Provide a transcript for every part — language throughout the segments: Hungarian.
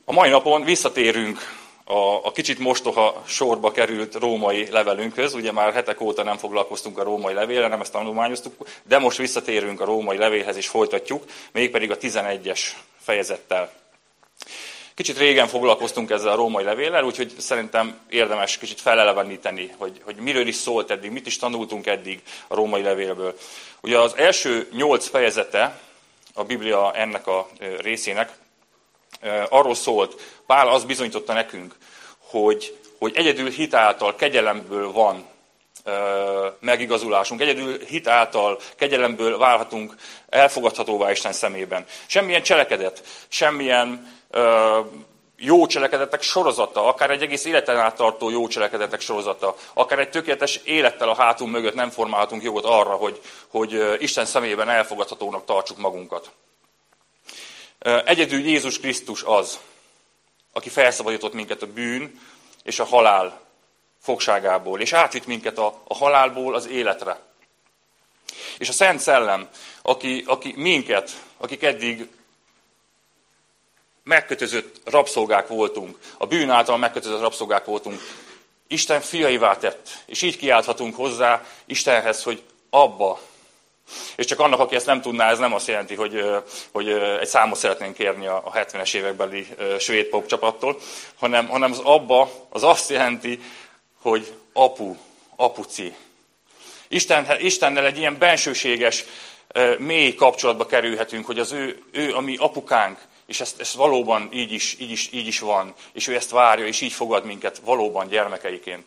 A mai napon visszatérünk a kicsit mostoha sorba került római levelünkhöz. Ugye már hetek óta nem foglalkoztunk a római levéllel, nem ezt tanulmányoztuk, de most visszatérünk a római levélhez és folytatjuk, mégpedig a 11-es fejezettel. Kicsit régen foglalkoztunk ezzel a római levéllel, úgyhogy szerintem érdemes kicsit feleleveníteni, hogy miről is szólt eddig, mit is tanultunk eddig a római levélből. Ugye az első 8 fejezete a Biblia ennek a részének arról szólt, Pál azt bizonyította nekünk, hogy egyedül hit által, kegyelemből van megigazulásunk, egyedül hit által, kegyelemből válhatunk elfogadhatóvá Isten szemében. Semmilyen cselekedet, semmilyen jó cselekedetek sorozata, akár egy egész életen át tartó jó cselekedetek sorozata, akár egy tökéletes élettel a hátunk mögött nem formálhatunk jogot arra, hogy Isten szemében elfogadhatónak tartsuk magunkat. Egyedül Jézus Krisztus az, aki felszabadított minket a bűn és a halál fogságából, és átvitt minket a halálból az életre. És a Szent Szellem, aki minket, akik eddig megkötözött rabszolgák voltunk, a bűn által megkötözött rabszolgák voltunk, Isten fiaivá tett, és így kiálthatunk hozzá Istenhez, hogy Abba. És csak annak, aki ezt nem tudná, ez nem azt jelenti, hogy egy számot szeretnénk kérni a 70-es évekbeli svéd pop csapattól, hanem az Abba az azt jelenti, hogy apu, apuci. Istennel egy ilyen bensőséges, mély kapcsolatba kerülhetünk, hogy az ő a mi apukánk, és ez valóban így is van, és ő ezt várja, és így fogad minket valóban gyermekeiként.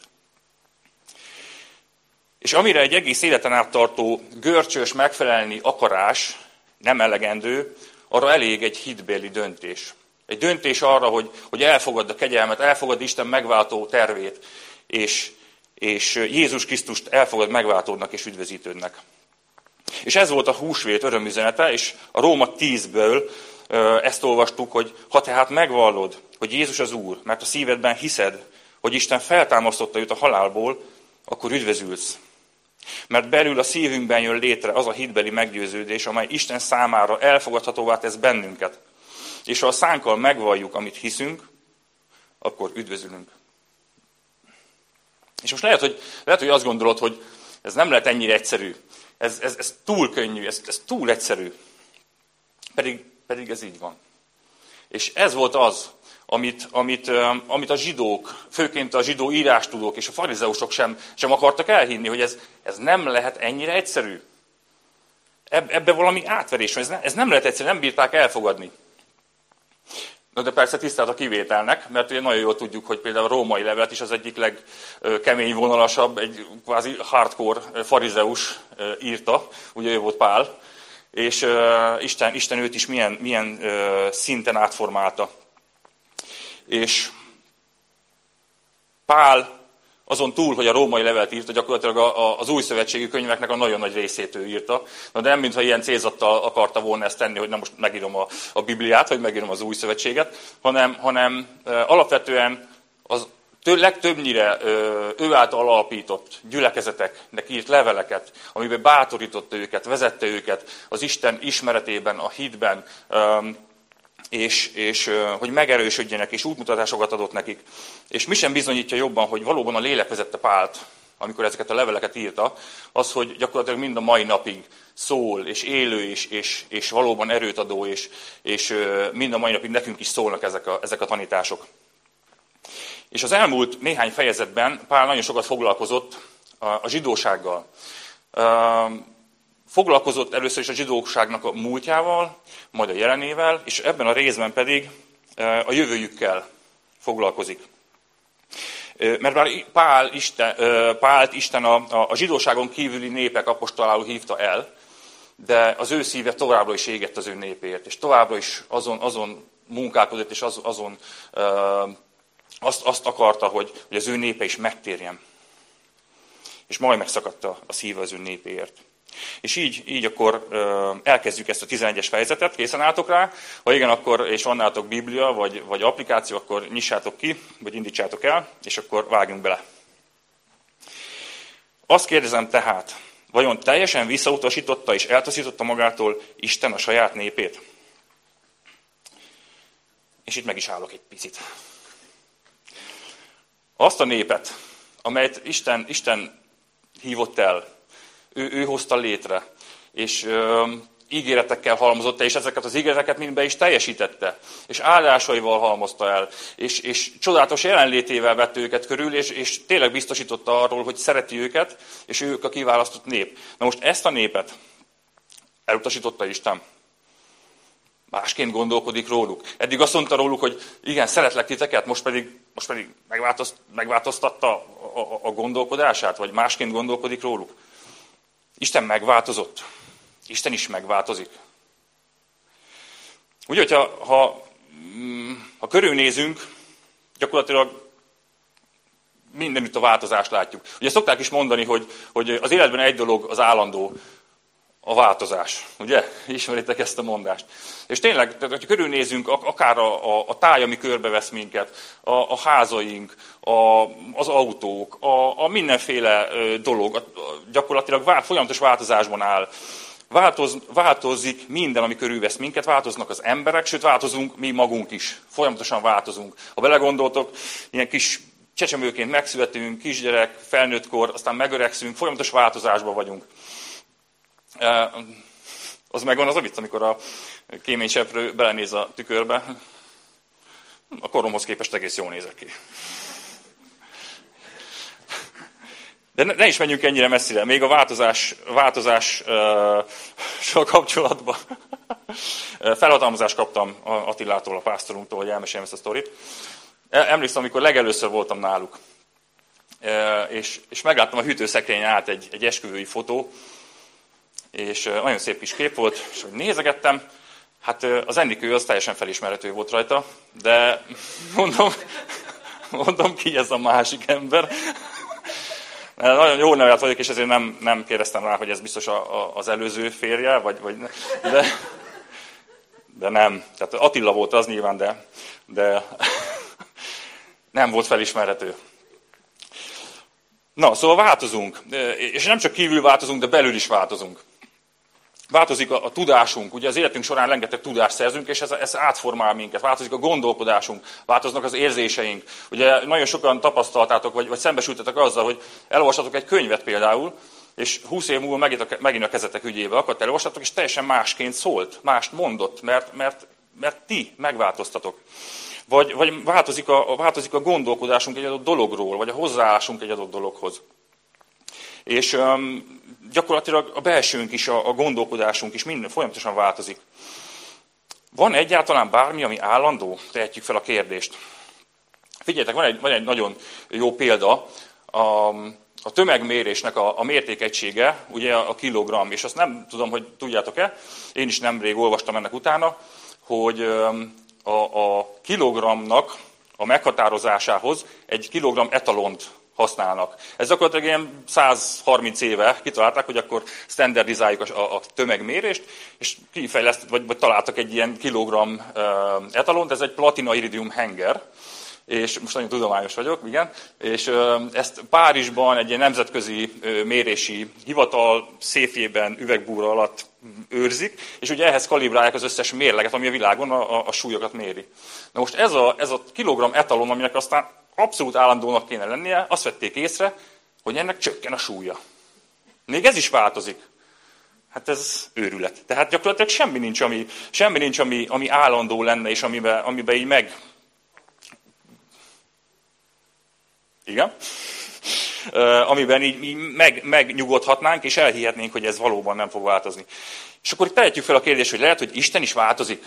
És amire egy egész életen át tartó görcsös megfelelni akarás nem elegendő, arra elég egy hitbéli döntés. Egy döntés arra, hogy elfogadd a kegyelmet, elfogadd Isten megváltó tervét, és Jézus Krisztust elfogad megváltódnak és üdvözítődnek. És ez volt a húsvét örömüzenete, és a Róma 10-ből ezt olvastuk, hogy ha tehát megvallod, hogy Jézus az Úr, mert a szívedben hiszed, hogy Isten feltámasztotta őt a halálból, akkor üdvözülsz. Mert belül a szívünkben jön létre az a hitbeli meggyőződés, amely Isten számára elfogadhatóvá tesz bennünket. És ha a szánkkal megvalljuk, amit hiszünk, akkor üdvözülünk. És most lehet, hogy azt gondolod, hogy ez nem lehet ennyire egyszerű. Ez túl könnyű, ez túl egyszerű. Pedig ez így van. És ez volt az, amit a zsidók, főként a zsidó írástudók és a farizeusok sem akartak elhinni, hogy ez nem lehet ennyire egyszerű. Ebbe valami átverés van, ez nem lehet egyszerű, nem bírták elfogadni. De persze tisztelt a kivételnek, mert ugye nagyon jól tudjuk, hogy például a római levelet is az egyik legkemény vonalasabb, egy kvázi hardcore farizeus írta, ugye ő volt Pál, és Isten őt is milyen szinten átformálta. És Pál azon túl, hogy a római levelet írta, gyakorlatilag az új szövetségi könyveknek a nagyon nagy részét ő írta. De nem mintha ilyen célzattal akarta volna ezt tenni, hogy nem most megírom a Bibliát, vagy megírom az új szövetséget, hanem alapvetően az legtöbbnyire ő által alapított gyülekezeteknek írt leveleket, amiben bátorította őket, vezette őket az Isten ismeretében, a hitben, és hogy megerősödjenek, és útmutatásokat adott nekik. És mi sem bizonyítja jobban, hogy valóban a lélek vezette Pált, amikor ezeket a leveleket írta, az, hogy gyakorlatilag mind a mai napig szól, és élő, és valóban erőt adó, és mind a mai napig nekünk is szólnak ezek a tanítások. És az elmúlt néhány fejezetben Pál nagyon sokat foglalkozott a zsidósággal. Foglalkozott először is a zsidóságnak a múltjával, majd a jelenével, és ebben a részben pedig a jövőjükkel foglalkozik. Mert már Pált Isten a zsidóságon kívüli népek apostolául hívta el, de az ő szíve továbbra is égett az ő népért, és továbbra is azon munkálkodott, és azt akarta, hogy az ő népe is megtérjen. És majd megszakadt a szíve az ő népéért. És így akkor elkezdjük ezt a 11-es fejezetet, készen álltok rá? Ha igen, akkor, és van nálatok Biblia, vagy applikáció, akkor nyissátok ki, vagy indítsátok el, és akkor vágjunk bele. Azt kérdezem tehát, vajon teljesen visszautasította és eltaszította magától Isten a saját népét? És itt meg is állok egy picit. Azt a népet, amelyet Isten hívott el, ő hozta létre, és ígéretekkel halmozott el, és ezeket az ígéreteket mind be is teljesítette, és áldásaival halmozta el, és csodálatos jelenlétével vett őket körül, és tényleg biztosította arról, hogy szereti őket, és ők a kiválasztott nép. Na most ezt a népet elutasította Isten. Másként gondolkodik róluk. Eddig azt mondta róluk, hogy igen, szeretlek titeket, most pedig megváltoztatta a gondolkodását, vagy másként gondolkodik róluk. Isten megváltozott. Isten is megváltozik. Úgy, hogyha ha körülnézünk, gyakorlatilag mindenütt a változást látjuk. Ugye szokták is mondani, hogy az életben egy dolog az állandó, a változás. Ugye? Ismeritek ezt a mondást. És tényleg, ha körülnézünk, akár a táj, ami körbevesz minket, a házaink, az autók, a mindenféle dolog, gyakorlatilag folyamatos változásban áll. Változik minden, ami körülvesz minket, változnak az emberek, sőt változunk mi magunk is. Folyamatosan változunk. Ha belegondoltok, ilyen kis csecsemőként megszületünk, kisgyerek, felnőttkor, aztán megöregszünk, folyamatos változásban vagyunk. Az megvan az a vicc, amikor a kéményseprő belenéz a tükörbe. A koromhoz képest egész jól nézek ki. De ne is menjünk ennyire messzire, még a változással kapcsolatban. Felhatalmazást kaptam Attilától, a pásztorunktól, hogy elmeséljem ezt a sztorit. Emlékszem, amikor legelőször voltam náluk, és megláttam a hűtőszekrényen át egy esküvői fotó, és nagyon szép kis kép volt, és hogy nézegettem, hát az Enikő az teljesen felismerhető volt rajta, de mondom ki ez a másik ember. Nagyon jól nevelt vagyok, és ezért nem kérdeztem rá, hogy ez biztos az előző férje, de nem. Tehát Attila volt az nyilván, de nem volt felismerhető. Na, szóval változunk. És nem csak kívül változunk, de belül is változunk. Változik a tudásunk, ugye az életünk során rengeteg tudást szerzünk, és ez átformál minket. Változik a gondolkodásunk, változnak az érzéseink. Ugye nagyon sokan tapasztaltátok, vagy szembesültetek azzal, hogy elolvastatok egy könyvet például, és 20 év múlva megint a kezetek ügyébe akadt elolvastatok, és teljesen másként szólt, mást mondott, mert ti megváltoztatok. Vagy változik a gondolkodásunk egy adott dologról, vagy a hozzáállásunk egy adott dologhoz. És gyakorlatilag a belsőnk is, a gondolkodásunk is minden folyamatosan változik. Van egyáltalán bármi, ami állandó? Tehetjük fel a kérdést. Figyeljetek, van egy nagyon jó példa. A tömegmérésnek a mértékegysége, ugye a kilogramm, és azt nem tudom, hogy tudjátok-e, én is nemrég olvastam ennek utána, hogy a kilogramnak a meghatározásához egy kilogramm etalont használnak. Ez gyakorlatilag ilyen 130 éve kitalálták, hogy akkor standardizáljuk a tömegmérést, és kifejlesztettek, vagy találtak egy ilyen kilogramm etalont, ez egy platina-iridium henger, és most nagyon tudományos vagyok, igen, és ezt Párizsban egy ilyen nemzetközi mérési hivatal széfjében üvegbúra alatt őrzik, és ugye ehhez kalibrálják az összes mérleget, ami a világon a súlyokat méri. Na most ez a kilogramm etalon, aminek aztán abszolút állandónak kéne lennie, azt vették észre, hogy ennek csökken a súlya. Még ez is változik. Hát ez őrület. Tehát gyakorlatilag semmi nincs, ami állandó lenne, és amiben így igen? Amiben így megnyugodhatnánk, és elhihetnénk, hogy ez valóban nem fog változni. És akkor itt tehetjük fel a kérdést, hogy lehet, hogy Isten is változik.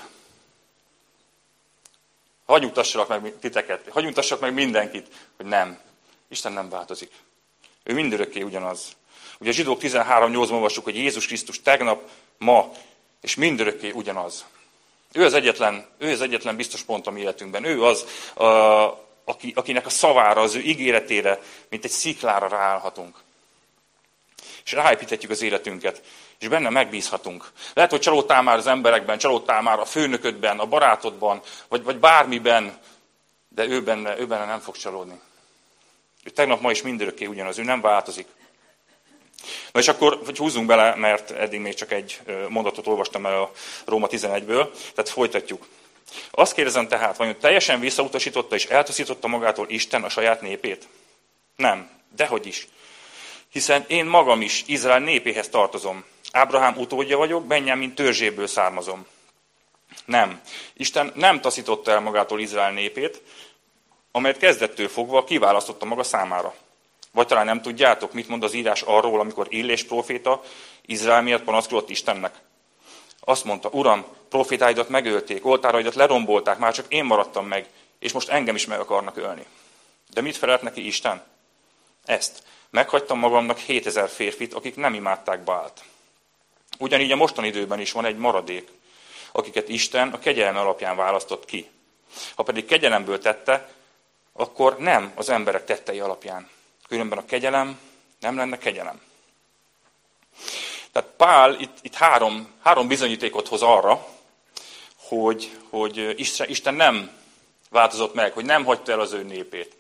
Hadd nyugtassalak meg titeket, hadd nyugtassak meg mindenkit, hogy nem. Isten nem változik. Ő mindörökké ugyanaz. Ugye a Zsidók 13:8-ban olvassuk, hogy Jézus Krisztus tegnap, ma, és mindörökké ugyanaz. Ő az egyetlen biztos pont a mi életünkben. Ő az, akinek a szavára, az ő ígéretére, mint egy sziklára ráállhatunk. És ráépíthetjük az életünket, és benne megbízhatunk. Lehet, hogy csalódtál már az emberekben, csalódtál már a főnöködben, a barátodban, vagy bármiben, de ő benne nem fog csalódni. Ő tegnap, ma is mindörökké ugyanaz, ő nem változik. Na és akkor, hogy húzzunk bele, mert eddig még csak egy mondatot olvastam el a Róma 11-ből, tehát folytatjuk. Azt kérdezem tehát, vajon teljesen visszautasította és eltaszította magától Isten a saját népét? Nem, dehogy is. Hiszen én magam is Izrael népéhez tartozom. Ábrahám utódja vagyok, Benjamin törzséből származom. Nem. Isten nem taszította el magától Izrael népét, amelyet kezdettől fogva kiválasztotta maga számára. Vagy talán nem tudjátok, mit mond az írás arról, amikor Illés próféta Izrael miatt panaszkodott Istennek. Azt mondta, Uram, profétáidat megölték, oltáraidat lerombolták, már csak én maradtam meg, és most engem is meg akarnak ölni. De mit felelt neki Isten? Ezt. Meghagytam magamnak 7000 férfit, akik nem imádták Bált. Ugyanígy a mostani időben is van egy maradék, akiket Isten a kegyelme alapján választott ki. Ha pedig kegyelemből tette, akkor nem az emberek tettei alapján. Különben a kegyelem nem lenne kegyelem. Tehát Pál itt három bizonyítékot hoz arra, hogy Isten nem változott meg, hogy nem hagyta el az ő népét.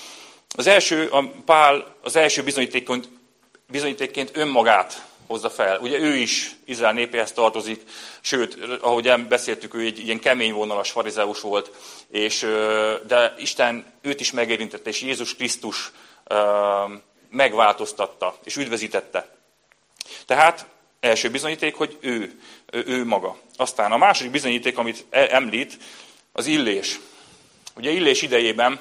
Pál az első bizonyítékként önmagát hozza fel. Ugye ő is Izrael népéhez tartozik, sőt, ahogy beszéltük, ő egy ilyen kemény vonalas farizeus volt, de Isten őt is megérintette, és Jézus Krisztus megváltoztatta, és üdvözítette. Tehát első bizonyíték, hogy ő maga. Aztán a második bizonyíték, amit említ, az Illés. Ugye Illés idejében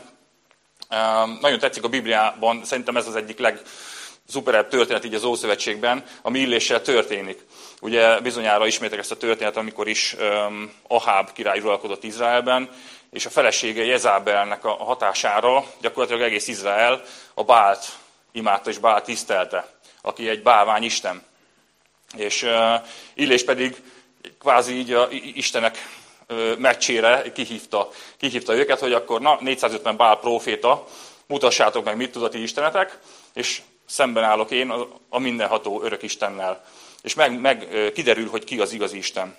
nagyon tetszik a Bibliában, szerintem ez az egyik legszuperebb történet így az Ószövetségben, ami Illéssel történik. Ugye bizonyára ismétek ezt a történetet, amikor is Aháb király uralkodott Izraelben, és a felesége Jezábelnek a hatására gyakorlatilag egész Izrael a Bált imádta és Bált tisztelte, aki egy bálvány isten. És Illés pedig kvázi így a Istenek meccsére kihívta őket, hogy akkor 450 Bál próféta, mutassátok meg, mit tud a ti istenetek, és szemben állok én a mindenható örök Istennel. És meg kiderül, hogy ki az igazi Isten.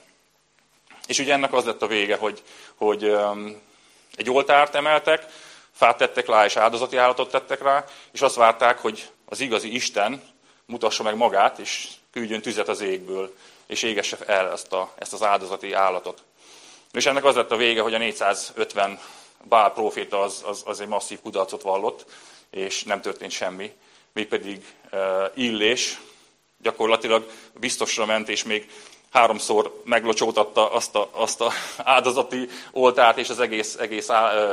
És ugye ennek az lett a vége, hogy egy oltárt emeltek, fát tettek rá, és áldozati állatot tettek rá, és azt várták, hogy az igazi Isten mutassa meg magát, és küldjön tüzet az égből, és égesse el ezt az áldozati állatot. És ennek az lett a vége, hogy a 450 Bál próféta az egy masszív kudarcot vallott, és nem történt semmi. Mégpedig Illés gyakorlatilag biztosra ment, és még 3-szor meglocsoltatta azt a áldozati oltárt és az egész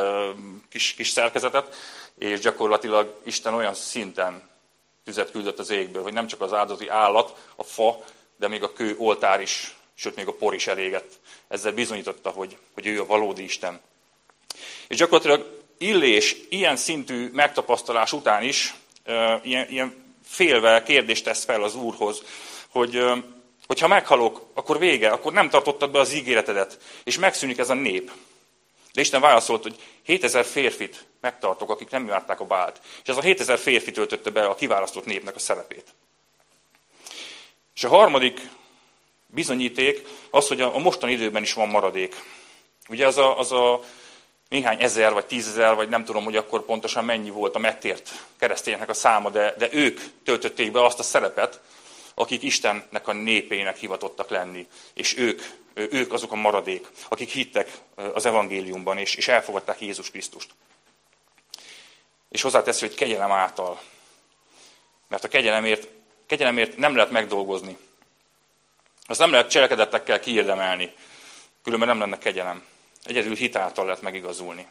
kis szerkezetet, és gyakorlatilag Isten olyan szinten tüzet küldött az égből, hogy nem csak az áldozati állat, a fa, de még a kő oltár is, sőt még a por is elégett. Ezzel bizonyította, hogy ő a valódi Isten. És gyakorlatilag Illés ilyen szintű megtapasztalás után is ilyen félve kérdést tesz fel az Úrhoz, hogy ha meghalok, akkor vége, akkor nem tartottad be az ígéretedet, és megszűnik ez a nép. De Isten válaszolt, hogy 7000 férfit megtartok, akik nem imádták a Bált. És ez a 7000 férfi töltötte be a kiválasztott népnek a szerepét. És a harmadik bizonyíték az, hogy a mostani időben is van maradék. Ugye az a néhány ezer, vagy 10 000, vagy nem tudom, hogy akkor pontosan mennyi volt a megtért keresztényeknek a száma, de ők töltötték be azt a szerepet, akik Istennek a népének hivatottak lenni. És ők azok a maradék, akik hittek az evangéliumban, és elfogadták Jézus Krisztust. És hozzáteszi, hogy kegyelem által. Mert a kegyelemért nem lehet megdolgozni. Azt nem lehet cselekedetekkel kiérdemelni. Különben nem lenne kegyelem. Egyedül hit által lehet megigazulni.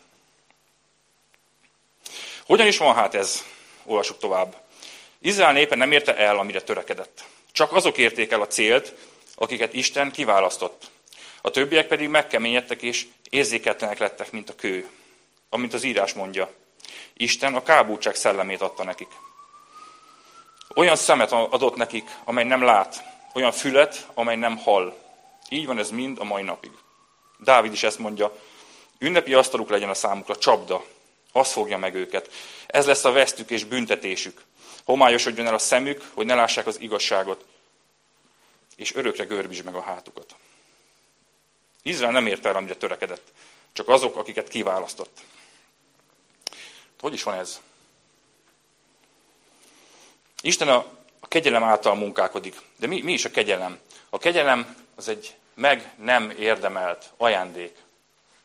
Hogyan is van hát ez? Olvassuk tovább. Izrael népe nem érte el, amire törekedett. Csak azok érték el a célt, akiket Isten kiválasztott. A többiek pedig megkeményedtek és érzéketlenek lettek, mint a kő. Amint az írás mondja. Isten a kábultság szellemét adta nekik. Olyan szemet adott nekik, amely nem lát. Olyan fület, amely nem hall. Így van ez mind a mai napig. Dávid is ezt mondja. Ünnepi asztaluk legyen a számukra csapda. Az fogja meg őket. Ez lesz a vesztük és büntetésük. Homályosodjon el a szemük, hogy ne lássák az igazságot, és örökre görbítsd meg a hátukat. Izrael nem ért el, amire törekedett, csak azok, akiket kiválasztott. Hogy is van ez? Isten a kegyelem által munkálkodik. De mi is a kegyelem? A kegyelem az egy meg nem érdemelt ajándék.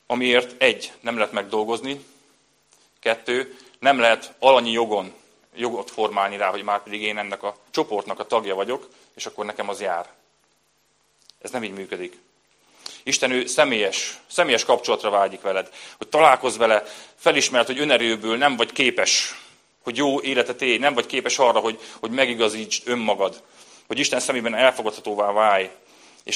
amiért nem lehet megdolgozni, 2, nem lehet alanyi jogot formálni rá, hogy már pedig én ennek a csoportnak a tagja vagyok, és akkor nekem az jár. Ez nem így működik. Isten ő személyes kapcsolatra vágyik veled, hogy találkozz vele, felismerd, hogy önerőből nem vagy képes, hogy jó életet élj, nem vagy képes arra, hogy megigazítsd önmagad, hogy Isten szemében elfogadhatóvá válj, és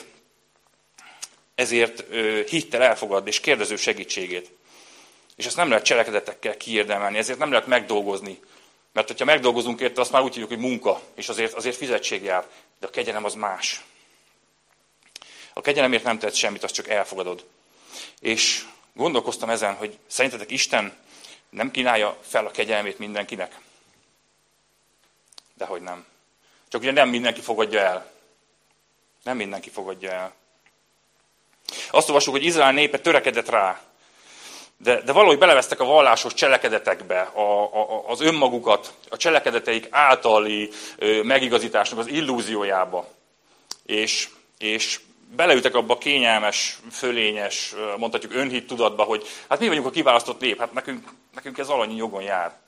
ezért hittel elfogadd, és kérdező segítségét. És ezt nem lehet cselekedetekkel kiérdemelni, ezért nem lehet megdolgozni. Mert hogyha megdolgozunk érte, azt már úgy hívjuk, hogy munka, és azért fizetség jár. De a kegyelem az más. A kegyelemért nem tehetsz semmit, azt csak elfogadod. És gondolkoztam ezen, hogy szerintetek Isten nem kínálja fel a kegyelmét mindenkinek? Dehogy nem. Csak ugye nem mindenki fogadja el. Nem mindenki fogadja el. Azt olvassuk, hogy Izrael népe törekedett rá. De valahogy belevesztek a vallásos cselekedetekbe, az önmagukat, a cselekedeteik általi megigazításnak az illúziójába. És beleültek abba a kényelmes, fölényes, mondhatjuk önhit tudatba, hogy hát mi vagyunk a kiválasztott nép, hát nekünk ez alanyi jogon jár.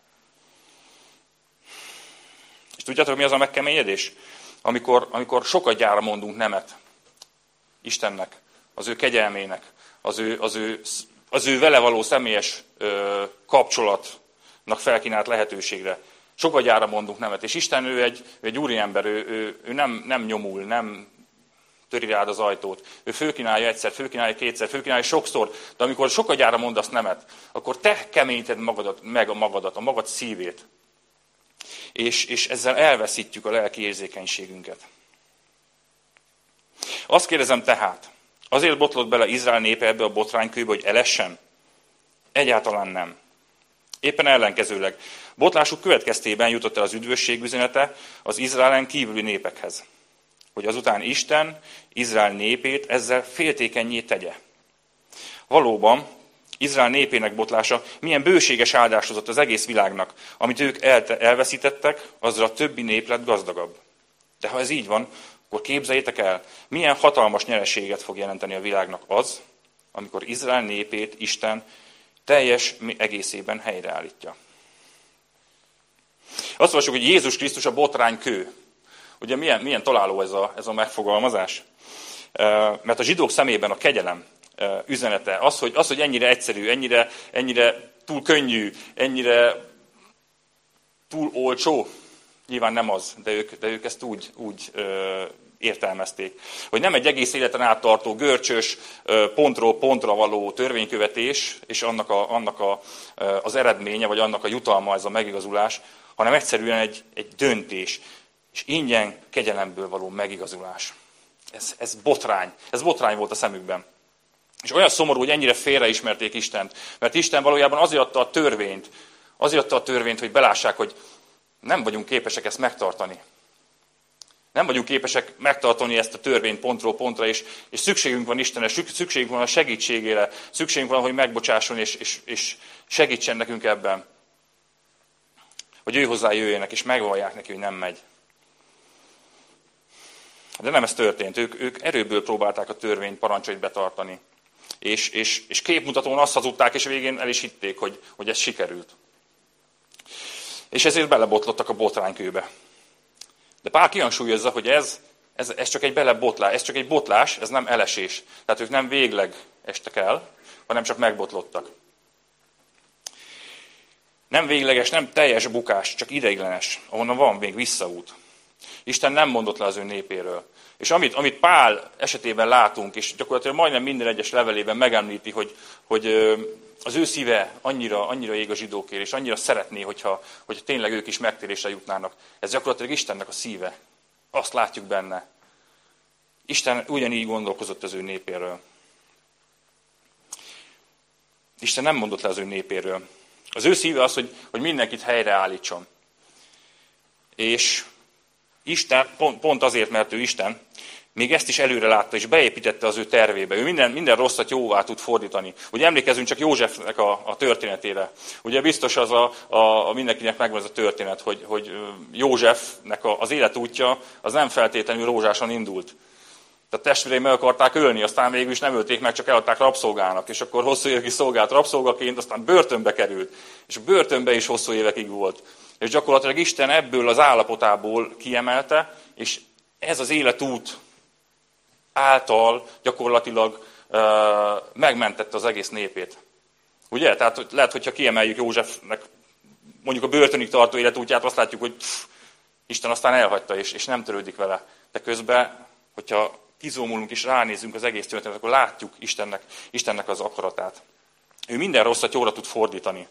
És tudjátok, mi az a megkeményedés? Amikor sokadjára mondunk nemet Istennek, az ő kegyelmének, az ő vele való személyes kapcsolatnak felkínált lehetőségre. Sokadjára mondunk nemet. És Isten ő egy úriember, ő nem nyomul, nem töri rád az ajtót. Ő fölkínálja egyszer, fölkínálja kétszer, fölkínálja sokszor, de amikor sokadjára mondasz nemet, akkor te keményíted meg a magad szívét. És ezzel elveszítjük a lelki érzékenységünket. Azt kérdezem tehát, azért botlott bele Izrael népe ebbe a botránykőbe, hogy elessen? Egyáltalán nem. Éppen ellenkezőleg. Botlásuk következtében jutott el az üdvösség üzenete az Izraelen kívüli népekhez. Hogy azután Isten Izrael népét ezzel féltékennyé tegye. Valóban, Izrael népének botlása milyen bőséges áldást hozott az egész világnak, amit ők elveszítettek, azzal a többi nép lett gazdagabb. De ha ez így van, akkor képzeljétek el, milyen hatalmas nyereséget fog jelenteni a világnak az, amikor Izrael népét Isten teljes egészében helyreállítja. Azt olvassuk, hogy Jézus Krisztus a botránykő. Ugye milyen találó ez a megfogalmazás? Mert a zsidók szemében a kegyelem üzenete, az, hogy ennyire egyszerű, ennyire túl könnyű, ennyire túl olcsó, nyilván nem az, de ők ezt úgy értelmezték. Hogy nem egy egész életen áttartó, görcsös, pontról pontra való törvénykövetés, és annak az eredménye, vagy annak a jutalma ez a megigazulás, hanem egyszerűen egy döntés, és ingyen kegyelemből való megigazulás. Ez botrány. Ez botrány volt a szemükben. És olyan szomorú, hogy ennyire félreismerték Istent. Mert Isten valójában azért adta a törvényt, hogy belássák, hogy nem vagyunk képesek ezt megtartani. Nem vagyunk képesek megtartani ezt a törvényt pontról pontra, és szükségünk van Istenre, szükségünk van a segítségére, szükségünk van, hogy megbocsásson, és segítsen nekünk ebben. Hogy ő hozzá jöjjenek, és megvallják neki, hogy nem megy. De nem ez történt. Ők erőből próbálták a törvény parancsait betartani. És képmutatón azt hazudták, és végén el is hitték, hogy ez sikerült. És ezért belebotlottak a botránykőbe. De Pál kihangsúlyozza, hogy ez csak egy belebotlás, ez csak egy botlás, ez nem elesés. Tehát ők nem végleg estek el, hanem csak megbotlottak. Nem végleges, nem teljes bukás, csak ideiglenes, ahonnan van még visszaút. Isten nem mondott le az ő népéről. És amit Pál esetében látunk, és gyakorlatilag majdnem minden egyes levelében megemlíti, hogy az ő szíve annyira ég a zsidókért, és annyira szeretné, hogyha tényleg ők is megtérésre jutnának. Ez gyakorlatilag Istennek a szíve. Azt látjuk benne. Isten ugyanígy gondolkozott az ő népéről. Isten nem mondott le az ő népéről. Az ő szíve az, hogy mindenkit helyreállítson. És Isten, pont azért, mert ő Isten, még ezt is előre látta, és beépítette az ő tervébe. Ő minden rosszat jóvá tud fordítani. Ugye emlékezzünk csak Józsefnek a történetére. Ugye biztos mindenkinek megvan ez a történet, hogy Józsefnek az életútja az nem feltétlenül rózsásan indult. Tehát testvérei meg akarták ölni, aztán végül is nem ölték meg, csak eladták rabszolgának. És akkor hosszú évekig szolgált rabszolgaként, aztán börtönbe került. És a börtönbe is hosszú évekig volt. És gyakorlatilag Isten ebből az állapotából kiemelte, és ez az életút által gyakorlatilag megmentette az egész népét. Ugye? Tehát lehet, hogyha kiemeljük Józsefnek mondjuk a börtönig tartó életútját, azt látjuk, hogy Isten aztán elhagyta, és nem törődik vele. De közben, hogyha kizómulunk és ránézünk az egész történetet, akkor látjuk Istennek az akaratát. Ő minden rosszat jóra tud fordítani.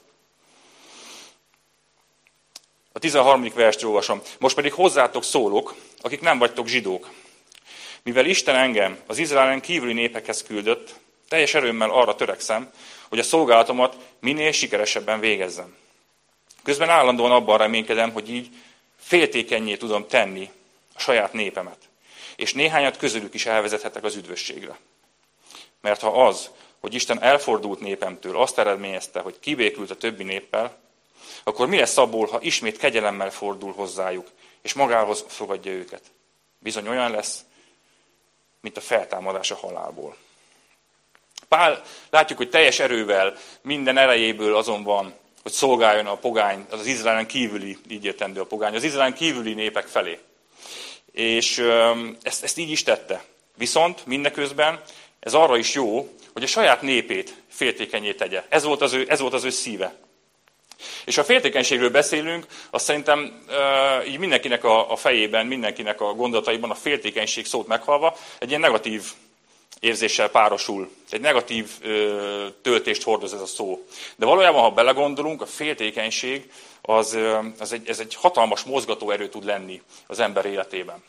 A 13. verst olvasom. Most pedig hozzátok szólok, akik nem vagytok zsidók. Mivel Isten engem az Izraelen kívüli népekhez küldött, teljes erőmmel arra törekszem, hogy a szolgálatomat minél sikeresebben végezzem. Közben állandóan abban reménykedem, hogy így féltékennyé tudom tenni a saját népemet, és néhányat közülük is elvezethetek az üdvösségre. Mert ha az, hogy Isten elfordult népemtől azt eredményezte, hogy kibékült a többi néppel, akkor mi lesz abból, ha ismét kegyelemmel fordul hozzájuk, és magához fogadja őket? Bizony olyan lesz, mint a feltámadás a halálból. Pál látjuk, hogy teljes erővel, minden erejéből azon van, hogy szolgáljon a pogány, az Izraelen kívüli, így értendő a pogány, az Izraelen kívüli népek felé. És ezt így is tette. Viszont mindeközben ez arra is jó, hogy a saját népét féltékenyé tegye. Ez volt az ő szíve. És ha a féltékenységről beszélünk, azt szerintem így mindenkinek a fejében, mindenkinek a gondolataiban a féltékenység szót meghalva egy ilyen negatív érzéssel párosul. Egy negatív töltést hordoz ez a szó. De valójában, ha belegondolunk, a féltékenység ez egy hatalmas mozgatóerő tud lenni az ember életében.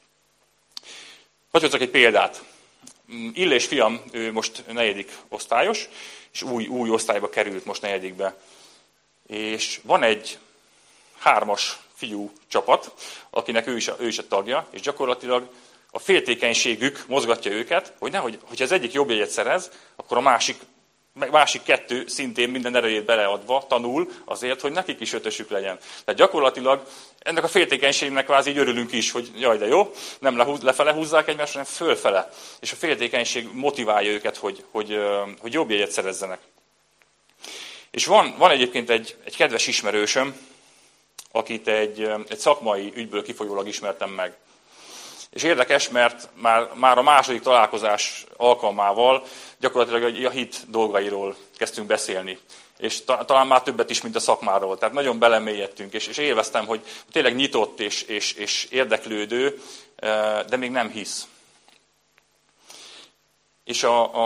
Hadd hozzak egy példát. Illés fiam, ő most 4. osztályos, és új osztályba került most 4-be. És van egy 3-as fiú csapat, akinek ő is a tagja, és gyakorlatilag a féltékenységük mozgatja őket, hogy nehogy, hogyha az egyik jobb jegyet szerez, akkor a másik 2 szintén minden erejét beleadva tanul azért, hogy nekik is 5-ösük legyen. Tehát gyakorlatilag ennek a féltékenységnek kvázi így örülünk is, hogy jaj, de jó, nem lefele húzzák egymást, hanem fölfele. És a féltékenység motiválja őket, hogy jobb jegyet szerezzenek. És van egyébként egy kedves ismerősöm, akit egy szakmai ügyből kifolyólag ismertem meg. És érdekes, mert már a második találkozás alkalmával gyakorlatilag a hit dolgairól kezdtünk beszélni. És talán már többet is, mint a szakmáról. Tehát nagyon belemélyedtünk, és élveztem, hogy tényleg nyitott és érdeklődő, de még nem hisz. És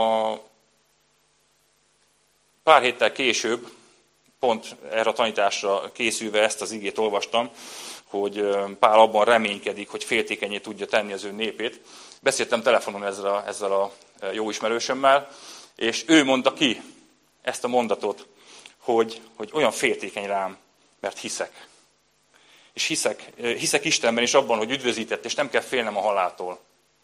pár héttel később, pont erre a tanításra készülve ezt az igét olvastam, hogy Pál abban reménykedik, hogy féltékenyé tudja tenni az ő népét. Beszéltem telefonon ezzel a jó ismerősömmel, és ő mondta ki ezt a mondatot, hogy olyan féltékeny rám, mert hiszek. És hiszek Istenben és abban, hogy üdvözített, és nem kell félnem a haláltól.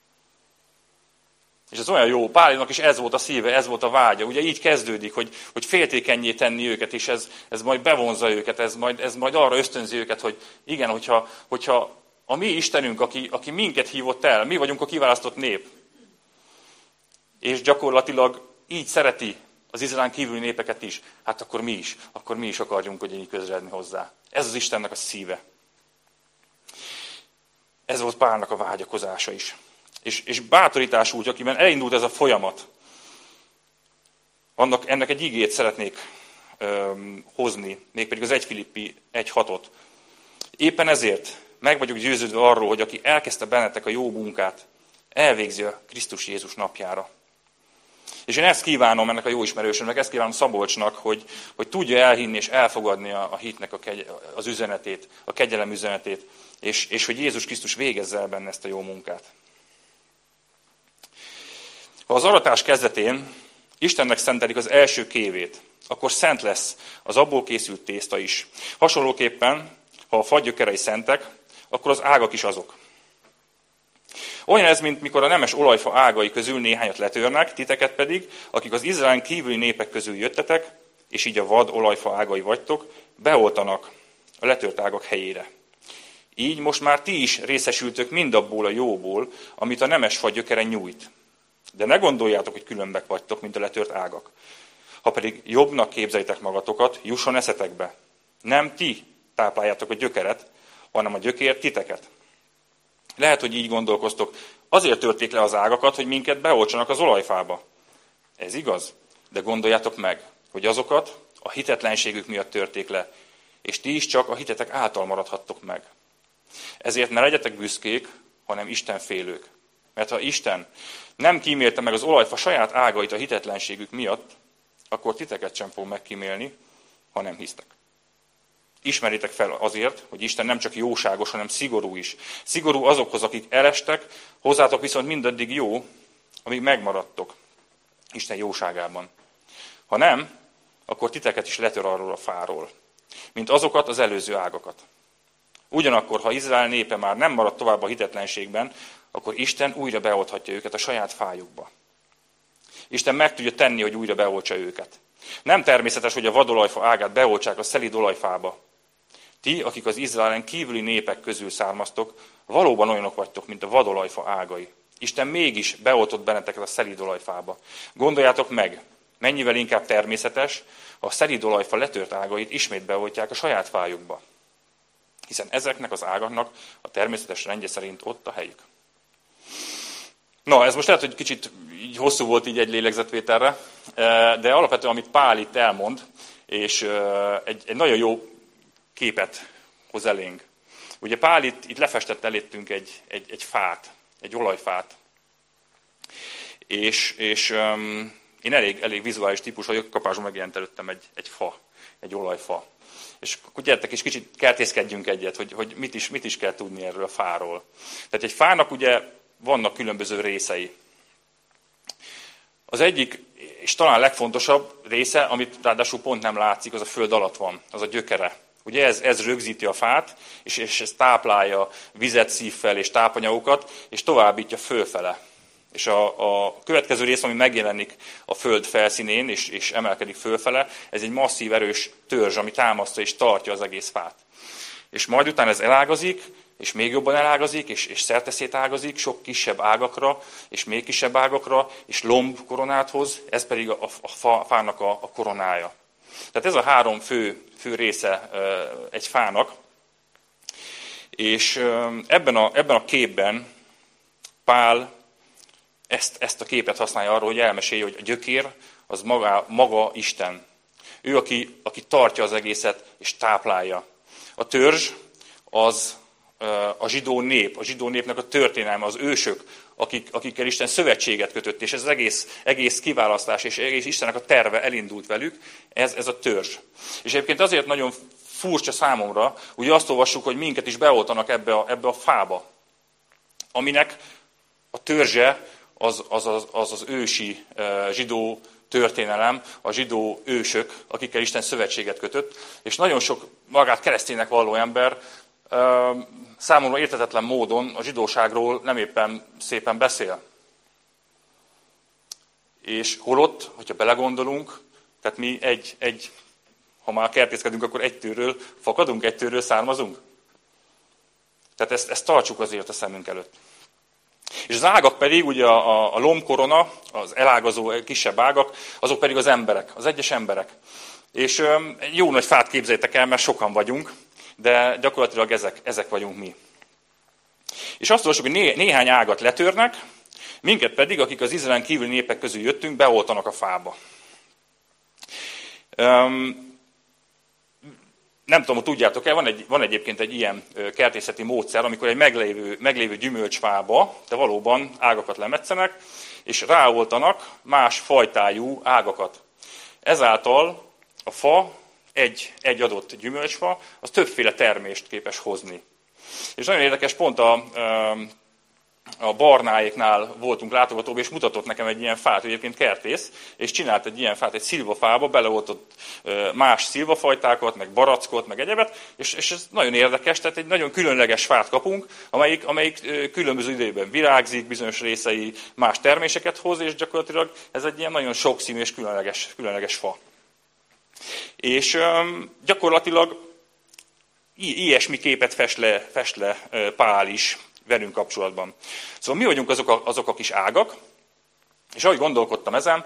És ez olyan jó, Pálnak is ez volt a szíve, ez volt a vágya. Ugye így kezdődik, hogy féltékennyé tenni őket, és ez majd bevonza őket, ez majd arra ösztönzi őket, hogy igen, hogyha a mi Istenünk, aki minket hívott el, mi vagyunk a kiválasztott nép, és gyakorlatilag így szereti az Izraelen kívüli népeket is, hát akkor mi is akarjunk, hogy így közreadni hozzá. Ez az Istennek a szíve. Ez volt Pálnak a vágyakozása is. És bátorítás úgy, akiben elindult ez a folyamat, ennek egy igét szeretnék hozni, mégpedig az 1 Filippi 1.6-ot. Éppen ezért meg vagyok győződve arról, hogy aki elkezdte bennetek a jó munkát, elvégzi a Krisztus Jézus napjára. És én ezt kívánom ennek a jó ismerősömnek, ezt kívánom Szabolcsnak, hogy tudja elhinni és elfogadni a hitnek az üzenetét, a kegyelem üzenetét, és hogy Jézus Krisztus végezze el benne ezt a jó munkát. Ha az aratás kezdetén Istennek szentelik az első kévét, akkor szent lesz az abból készült tészta is. Hasonlóképpen, ha a fa gyökerei szentek, akkor az ágak is azok. Olyan ez, mint mikor a nemes olajfa ágai közül néhányat letörnek, titeket pedig, akik az Izraelen kívüli népek közül jöttetek, és így a vad olajfa ágai vagytok, beoltanak a letört ágak helyére. Így most már ti is részesültök mindabból a jóból, amit a nemesfa gyökere nyújt. De ne gondoljátok, hogy különbek vagytok, mint a letört ágak. Ha pedig jobbnak képzeljétek magatokat, jusson eszetekbe. Nem ti tápláljátok a gyökeret, hanem a gyökér titeket. Lehet, hogy így gondolkoztok, azért törték le az ágakat, hogy minket beoltsanak az olajfába. Ez igaz, de gondoljátok meg, hogy azokat a hitetlenségük miatt törték le, és ti is csak a hitetek által maradhattok meg. Ezért ne legyetek büszkék, hanem Istenfélők. Mert ha Isten nem kímélte meg az olajfa saját ágait a hitetlenségük miatt, akkor titeket sem fog megkímélni, ha nem hisztek. Ismeritek fel azért, hogy Isten nem csak jóságos, hanem szigorú is. Szigorú azokhoz, akik elestek, hozzátok viszont mindaddig jó, amíg megmaradtok Isten jóságában. Ha nem, akkor titeket is letör arról a fáról, mint azokat az előző ágakat. Ugyanakkor, ha Izrael népe már nem marad tovább a hitetlenségben, akkor Isten újra beolthatja őket a saját fájukba. Isten meg tudja tenni, hogy újra beoltsa őket. Nem természetes, hogy a vadolajfa ágát beoltsák a szelíd olajfába. Ti, akik az Izraelen kívüli népek közül származtok, valóban olyanok vagytok, mint a vadolajfa ágai. Isten mégis beoltott benneteket a szelíd olajfába. Gondoljátok meg, mennyivel inkább természetes, ha a szelíd olajfa letört ágait ismét beoltják a saját fájukba. Hiszen ezeknek az ágaknak a természetes rendje szerint ott a helyük. Na, ez most lehet, hogy kicsit így hosszú volt így egy lélegzetvételre, de alapvetően, amit Pál itt elmond, és egy nagyon jó képet hoz elénk. Ugye Pál itt lefestett eléttünk egy fát, egy olajfát. És én elég vizuális típus vagyok, kapásban megjelent előttem egy fa, egy olajfa. És akkor gyertek, és kicsit kertészkedjünk egyet, hogy mit is kell tudni erről a fáról. Tehát egy fának ugye vannak különböző részei. Az egyik, és talán legfontosabb része, amit ráadásul pont nem látszik, az a föld alatt van, az a gyökere. Ugye ez rögzíti a fát, és ez táplálja, vizet szív fel és tápanyagokat, és továbbítja fölfele. És a következő rész, ami megjelenik a föld felszínén, és emelkedik fölfele, ez egy masszív, erős törzs, ami támasztja és tartja az egész fát. És majd utána ez elágazik, és még jobban elágazik, és szerteszét ágazik, sok kisebb ágakra, és még kisebb ágakra, és lomb koronát hoz, ez pedig a fának a koronája. Tehát ez a három fő része egy fának, és ebben a képben Pál ezt a képet használja arról, hogy elmesélje, hogy a gyökér az maga Isten. Ő, aki tartja az egészet és táplálja. A törzs az a zsidó népnek a történelme, az ősök, akikkel Isten szövetséget kötött, és ez az egész kiválasztás, és egész Istennek a terve elindult velük, ez a törzs. És egyébként azért nagyon furcsa számomra, ugye azt olvassuk, hogy minket is beoltanak ebbe a fába, aminek a törzse az ősi zsidó történelem, a zsidó ősök, akikkel Isten szövetséget kötött, és nagyon sok magát kereszténynek valló ember számomra érthetetlen módon a zsidóságról nem éppen szépen beszél. És holott, hogyha belegondolunk, tehát mi ha már kertészkedünk, akkor egy tőről fakadunk, egy tőről származunk. Tehát ezt tartsuk azért a szemünk előtt. És az ágak pedig, ugye a lombkorona, az elágazó kisebb ágak, azok pedig az emberek, az egyes emberek. És egy jó nagy fát képzeljétek el, mert sokan vagyunk, de gyakorlatilag ezek vagyunk mi. És azt olvassuk, hogy néhány ágat letörnek, minket pedig, akik az Izraelen kívüli népek közül jöttünk, beoltanak a fába. Nem tudom, hogy tudjátok-e, van egyébként egy ilyen kertészeti módszer, amikor egy meglévő gyümölcsfába, de valóban ágakat lemetszenek, és ráoltanak más fajtájú ágakat. Ezáltal a fa, egy adott gyümölcsfa, az többféle termést képes hozni. És nagyon érdekes, pont a Barnáéknál voltunk látogatóban, és mutatott nekem egy ilyen fát, egyébként kertész, és csinált egy ilyen fát, egy szilvafába, beleoltott más szilvafajtákat, meg barackot, meg egyebet, és ez nagyon érdekes, tehát egy nagyon különleges fát kapunk, amelyik különböző időben virágzik, bizonyos részei más terméseket hoz, és gyakorlatilag ez egy ilyen nagyon sokszínű és különleges fa. És gyakorlatilag ilyesmi képet fest le Pál is velünk kapcsolatban. Szóval mi vagyunk azok a kis ágak, és ahogy gondolkodtam ezen,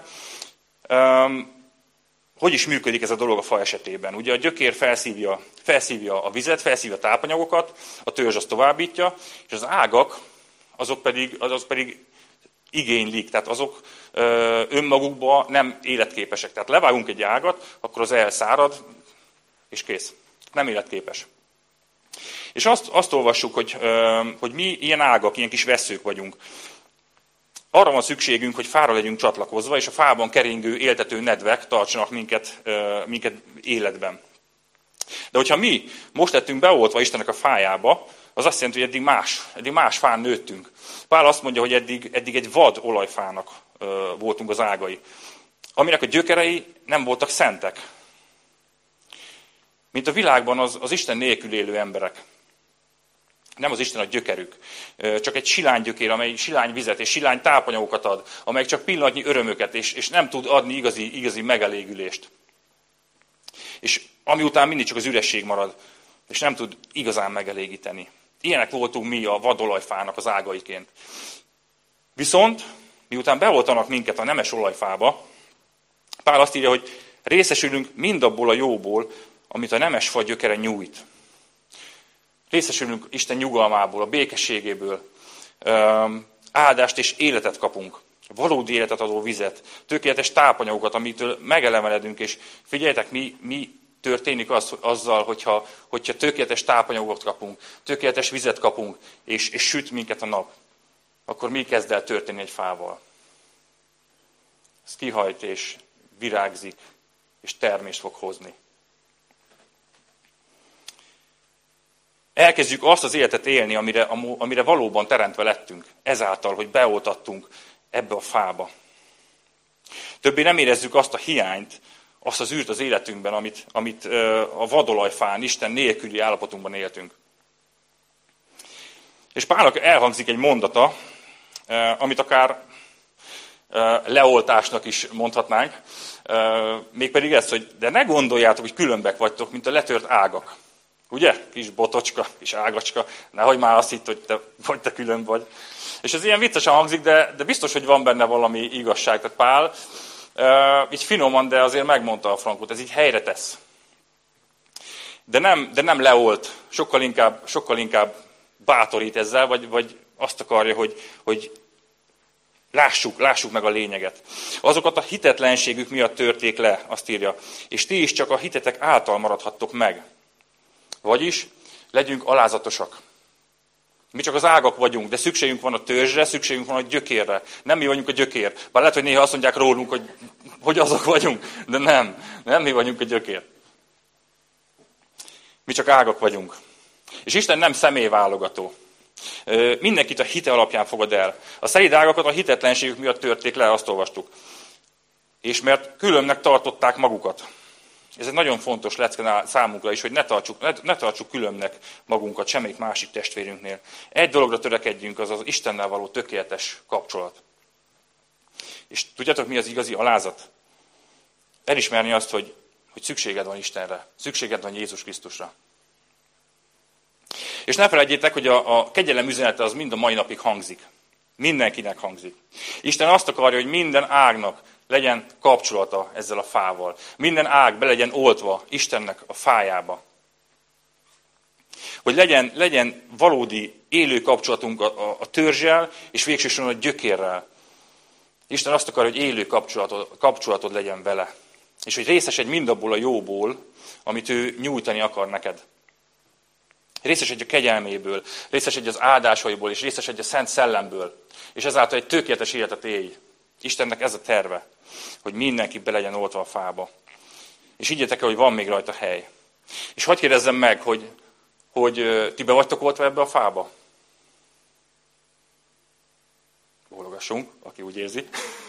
hogy is működik ez a dolog a fa esetében. Ugye a gyökér felszívja a vizet, felszívja a tápanyagokat, a törzs azt továbbítja, és az ágak, azok pedig igénylik, tehát azok önmagukban nem életképesek. Tehát levágunk egy ágat, akkor az elszárad, és kész. Nem életképes. És azt olvassuk, hogy mi ilyen ágak, ilyen kis vesszők vagyunk. Arra van szükségünk, hogy fára legyünk csatlakozva, és a fában keringő, éltető nedvek tartsanak minket életben. De hogyha mi most lettünk beoltva Istennek a fájába, az azt jelenti, hogy eddig más fán nőttünk. Pál azt mondja, hogy eddig egy vad olajfának voltunk az ágai, aminek a gyökerei nem voltak szentek. Mint a világban az Isten nélkül élő emberek. Nem az Isten a gyökerük, csak egy silány gyökér, amely silány vizet és silány tápanyagokat ad, amely csak pillanatnyi örömöket, és nem tud adni igazi megelégülést. És ami után mindig csak az üresség marad, és nem tud igazán megelégíteni. Ilyenek voltunk mi a vadolajfának az ágaiként. Viszont, miután beoltanak minket a nemes olajfába, Pál azt írja, hogy részesülünk mindabból a jóból, amit a nemes fa gyökere nyújt. Részesülünk Isten nyugalmából, a békességéből, áldást és életet kapunk. Valódi életet adó vizet, tökéletes tápanyagokat, amitől megelevenedünk, és figyeljetek, mi történik azzal, hogyha tökéletes tápanyagokat kapunk, tökéletes vizet kapunk, és süt minket a nap, akkor mi kezd el történni egy fával? Ez kihajt, és virágzik, és termést fog hozni. Elkezdjük azt az életet élni, amire valóban teremtve lettünk, ezáltal, hogy beoltattunk ebbe a fába. Többé nem érezzük azt a hiányt, azt az űrt az életünkben, amit a vadolajfán, Isten nélküli állapotunkban éltünk. És Pálnak elhangzik egy mondata, amit akár leoltásnak is mondhatnánk, mégpedig ez, hogy de ne gondoljátok, hogy különbek vagytok, mint a letört ágak. Ugye? Kis botocska, kis ágacska, nehogy már azt hitt, hogy te külön vagy. És ez ilyen viccesen hangzik, de biztos, hogy van benne valami igazság. Tehát Pál így finoman, de azért megmondta a frankot, ez így helyre tesz. De nem leolt, sokkal inkább bátorít ezzel, vagy azt akarja, hogy lássuk meg a lényeget. Azokat a hitetlenségük miatt törték le, azt írja, és ti is csak a hitetek által maradhattok meg. Vagyis legyünk alázatosak. Mi csak az ágak vagyunk, de szükségünk van a törzsre, szükségünk van a gyökérre. Nem mi vagyunk a gyökér. Bár lehet, hogy néha azt mondják rólunk, hogy azok vagyunk, de nem mi vagyunk a gyökér. Mi csak ágak vagyunk. És Isten nem személyválogató. Mindenkit a hite alapján fogad el. A szelíd ágakat a hitetlenségük miatt törték le, azt olvastuk. És mert különnek tartották magukat. Ez egy nagyon fontos lecke számunkra is, hogy ne tartsuk különnek magunkat semmelyik másik testvérünknél. Egy dologra törekedjünk, az az Istennel való tökéletes kapcsolat. És tudjátok, mi az igazi alázat? Elismerni azt, hogy szükséged van Istenre, szükséged van Jézus Krisztusra. És ne felejtjétek, hogy a kegyelem üzenete az mind a mai napig hangzik. Mindenkinek hangzik. Isten azt akarja, hogy minden ágnak legyen kapcsolata ezzel a fával. Minden ág be legyen oltva Istennek a fájába. Hogy legyen valódi élő kapcsolatunk a törzsel, és végsősorban a gyökérrel. Isten azt akarja, hogy élő kapcsolatod legyen vele. És hogy részesedj mindabból a jóból, amit ő nyújtani akar neked. Részesedj a kegyelméből, részesedj az áldásaiból, és részesedj a Szent Szellemből. És ezáltal egy tökéletes életet élj. Istennek ez a terve, hogy mindenki be legyen oltva a fába. És higgyetek el, hogy van még rajta hely. És hadd kérdezzem meg, hogy ti be vagytok oltva ebbe a fába? Bólogassunk, aki úgy érzi.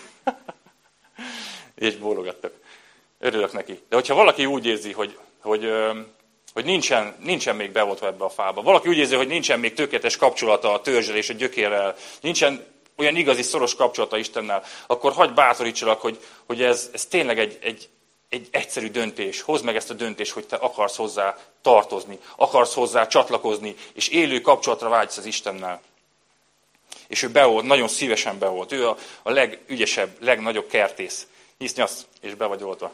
És bólogattak. Örülök neki. De hogyha valaki úgy érzi, hogy nincsen még beoltva ebbe a fába, valaki úgy érzi, hogy nincsen még tökéletes kapcsolata a törzsel és a gyökérrel, nincsen olyan igazi szoros kapcsolata Istennel, akkor hagyj bátorítsalak, hogy ez tényleg egy egy egyszerű döntés. Hozd meg ezt a döntést, hogy te akarsz hozzá tartozni, akarsz hozzá csatlakozni, és élő kapcsolatra vágysz az Istennel. És ő beolt, nagyon szívesen beolt. Ő a legügyesebb, legnagyobb kertész. Hisz nyasz, és be vagy oltva.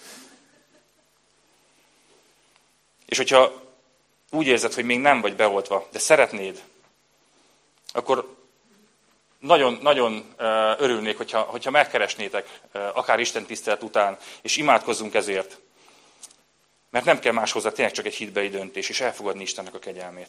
És hogyha úgy érzed, hogy még nem vagy beoltva, de szeretnéd, akkor nagyon örülnék, hogyha megkeresnétek, akár Isten tisztelet után, és imádkozzunk ezért. Mert nem kell más hozzá, tényleg csak egy hitbeli döntés, és elfogadni Istennek a kegyelmét.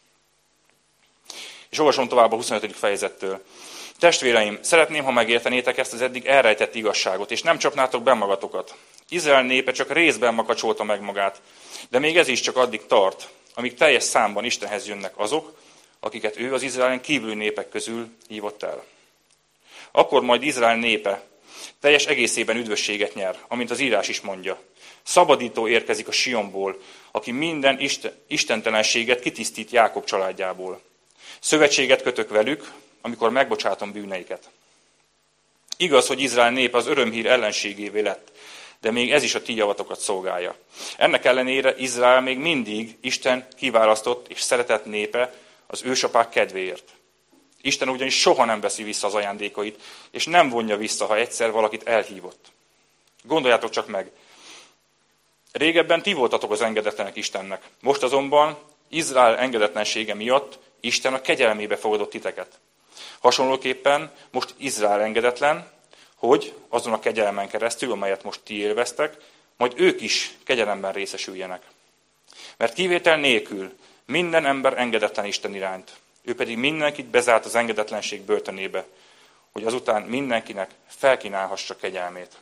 És olvasom tovább a 25. fejezettől. Testvéreim, szeretném, ha megértenétek ezt az eddig elrejtett igazságot, és nem csapnátok be magatokat. Izrael népe csak részben makacsolta meg magát, de még ez is csak addig tart, amíg teljes számban Istenhez jönnek azok, akiket ő az Izraelen kívüli népek közül hívott el. Akkor majd Izrael népe teljes egészében üdvösséget nyer, amint az írás is mondja. Szabadító érkezik a Sionból, aki minden istentelenséget kitisztít Jákob családjából. Szövetséget kötök velük, amikor megbocsátom bűneiket. Igaz, hogy Izrael nép az örömhír ellenségévé lett, de még ez is a ti javatokat szolgálja. Ennek ellenére Izrael még mindig Isten kiválasztott és szeretett népe az ősapák kedvéért. Isten ugyanis soha nem veszi vissza az ajándékait, és nem vonja vissza, ha egyszer valakit elhívott. Gondoljátok csak meg, régebben ti voltatok az engedetlenek Istennek, most azonban Izrael engedetlensége miatt Isten a kegyelmébe fogadott titeket. Hasonlóképpen most Izrael engedetlen, hogy azon a kegyelmen keresztül, amelyet most ti élveztek, majd ők is kegyelemben részesüljenek. Mert kivétel nélkül minden ember engedetlen Isten iránt, ő pedig mindenkit bezárt az engedetlenség börtönébe, hogy azután mindenkinek felkínálhassa kegyelmét.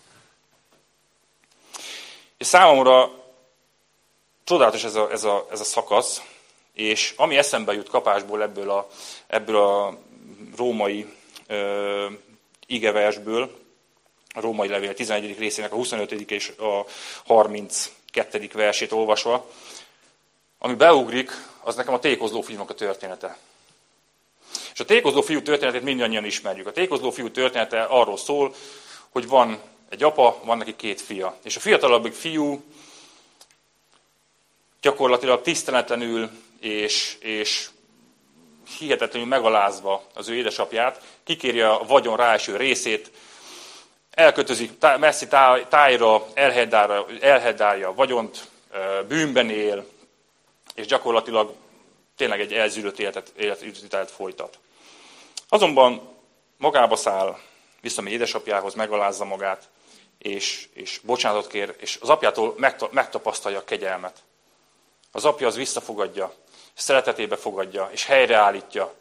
És számomra csodálatos ez a szakasz, és ami eszembe jut kapásból ebből a római igeversből, a római levél 11. részének a 25. és a 32. versét olvasva, ami beugrik, az nekem a tékozló fiúnak a története. És a tékozló fiú történetét mindannyian ismerjük. A tékozló fiú története arról szól, hogy van egy apa, van neki 2 fia. És a fiatalabbik fiú gyakorlatilag tiszteletlenül és hihetetlenül megalázva az ő édesapját, kikéri a vagyon ráeső részét, elkötözik messzi tájra, elhedálja a vagyont, bűnben él, és gyakorlatilag tényleg egy elzűrött életet folytat. Azonban magába száll, visszamegy édesapjához, megalázza magát, és bocsánatot kér, és az apjától megtapasztalja a kegyelmet. Az apja az visszafogadja, szeretetébe fogadja, és helyreállítja.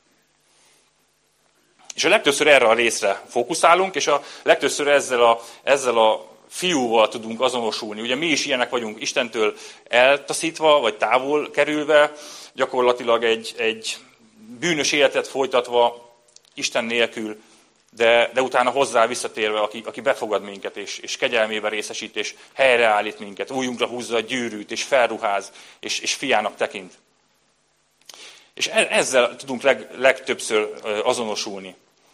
És a legtöbbször erre a részre fókuszálunk, és a legtöbbször ezzel a fiúval tudunk azonosulni. Ugye mi is ilyenek vagyunk, Istentől eltaszítva, vagy távol kerülve, gyakorlatilag egy bűnös életet folytatva, Isten nélkül, de utána hozzá visszatérve, aki befogad minket, és kegyelmével részesít, és helyreállít minket, újunkra húzza a gyűrűt, és felruház, és fiának tekint. És ezzel tudunk legtöbbször azonosulni.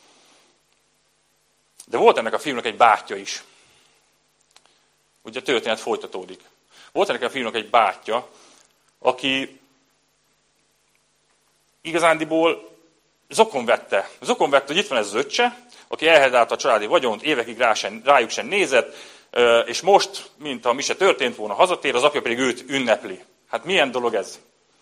De volt ennek a filmnek egy bátyja is. Ugye a történet folytatódik. Volt ennek a filmnek egy bátyja, aki igazándiból zokon vette, hogy itt van ez az öccse, aki elhedálta a családi vagyont, évekig rájuk sem nézett, és most, mintha mi se történt volna, hazatér, az apja pedig őt ünnepli. Hát milyen dolog ez?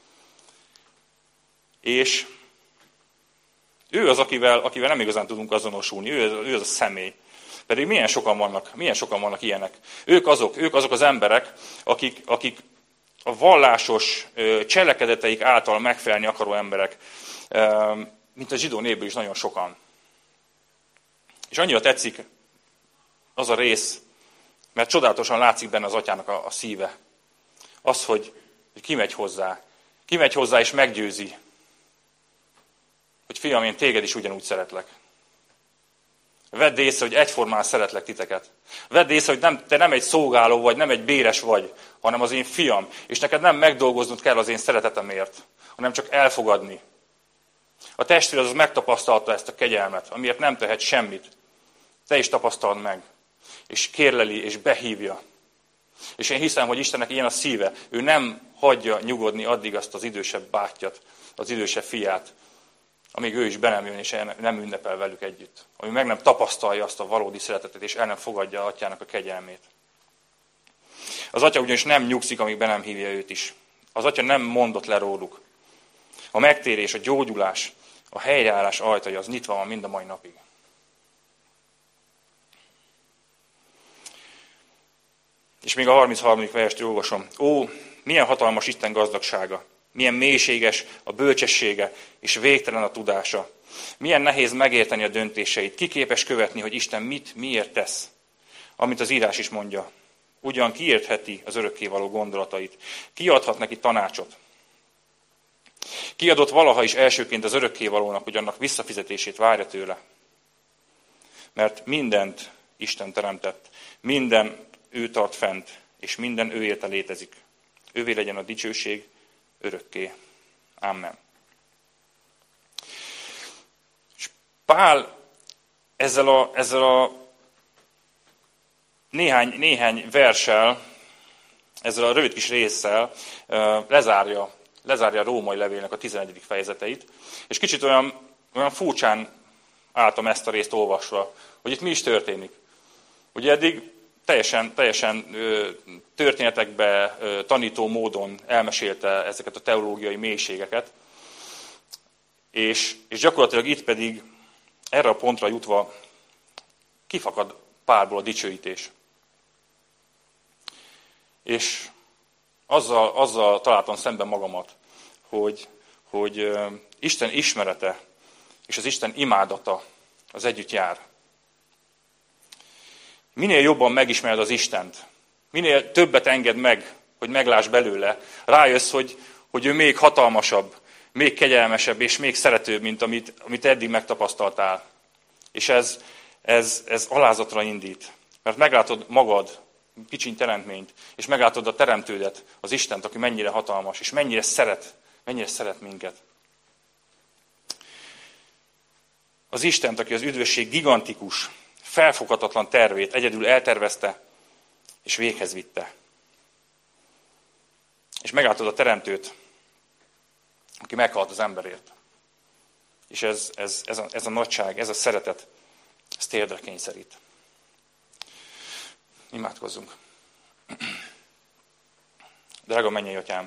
És ő az, akivel nem igazán tudunk azonosulni, ő az a személy. Pedig milyen sokan vannak ilyenek. Ők azok az emberek, akik a vallásos cselekedeteik által megfelelni akaró emberek, mint a zsidó népből is nagyon sokan. És annyira tetszik az a rész, mert csodálatosan látszik benne az atyának a szíve. Az, hogy kimegy hozzá és meggyőzi, hogy fiam, én téged is ugyanúgy szeretlek. Vedd észre, hogy egyformán szeretlek titeket. Vedd észre, hogy te nem egy szolgáló vagy, nem egy béres vagy, hanem az én fiam. És neked nem megdolgoznod kell az én szeretetemért, hanem csak elfogadni. A testvér az megtapasztalta ezt a kegyelmet, amiért nem tehet semmit. Te is tapasztald meg. és kérleli, és behívja. És én hiszem, hogy Istennek ilyen a szíve. Ő nem hagyja nyugodni addig azt az idősebb bátyjat, az idősebb fiát, amíg ő is be nem jön, és nem ünnepel velük együtt. Amíg meg nem tapasztalja azt a valódi szeretetet, és el nem fogadja atyának a kegyelmét. Az atya ugyanis nem nyugszik, amíg be nem hívja őt is. Az atya nem mondott le róluk. A megtérés, a gyógyulás, a helyreállás ajtaja az nyitva van mind a mai napig. És még a 33. verset olvasom. Ó, milyen hatalmas Isten gazdagsága, milyen mélységes a bölcsessége, és végtelen a tudása. Milyen nehéz megérteni a döntéseit, ki képes követni, hogy Isten miért tesz. Amit az írás is mondja. Ugyan ki értheti az örökkévaló gondolatait, ki adhat neki tanácsot. Ki adott valaha is elsőként az örökkévalónak, hogy annak visszafizetését várja tőle. Mert mindent Isten teremtett, minden ő tart fent, és minden ő érte létezik. Ővé legyen a dicsőség örökké. Amen. És Pál ezzel a néhány verssel, ezzel a rövid kis résszel lezárja a római levélnek a 11. fejezeteit, és kicsit olyan furcsán álltam ezt a részt olvasva, hogy itt mi is történik. Ugye eddig teljesen történetekbe tanító módon elmesélte ezeket a teológiai mélységeket, és gyakorlatilag itt pedig erre a pontra jutva kifakad Pálból a dicsőítés. És azzal találtam szemben magamat, hogy Isten ismerete és az Isten imádata az együtt jár. Minél jobban megismered az Istent, minél többet enged meg, hogy megláss belőle, rájössz, hogy ő még hatalmasabb, még kegyelmesebb és még szeretőbb, mint amit eddig megtapasztaltál. És ez alázatra indít. Mert meglátod magad, kicsiny teremtményt, és meglátod a teremtődet, az Istent, aki mennyire hatalmas, és mennyire szeret minket. Az Istent, aki az üdvösség gigantikus, felfoghatatlan tervét egyedül eltervezte, és véghez vitte. És meglátod a teremtőt, aki meghalt az emberért. És ez a nagyság, ez a szeretet, ez térdre kényszerít. Imádkozzunk. Drága mennyei atyám,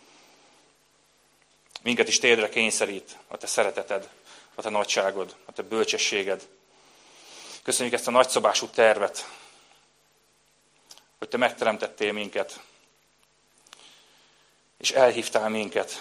minket is térdre kényszerít a te szereteted, a te nagyságod, a te bölcsességed. Köszönjük ezt a nagyszabású tervet, hogy te megteremtettél minket, és elhívtál minket,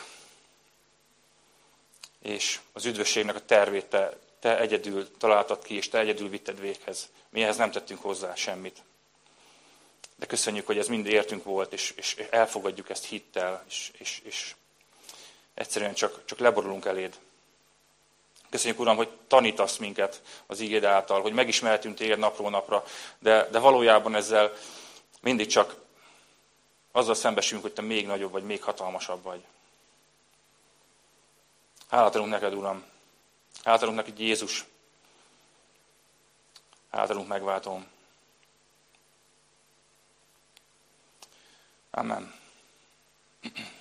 és az üdvösségnek a tervét te egyedül találtad ki, és te egyedül vitted véghez. Mi ehhez nem tettünk hozzá semmit. De köszönjük, hogy ez mind értünk volt, és elfogadjuk ezt hittel, és egyszerűen csak leborulunk eléd. Köszönjük, Uram, hogy tanítasz minket az igéd által, hogy megismerhetünk téged napról napra, de valójában ezzel mindig csak azzal szembesülünk, hogy te még nagyobb vagy, még hatalmasabb vagy. Hálát adunk neked, Uram. Hálát adunk neked, Jézus. Hálát adunk, megváltóm. Amen.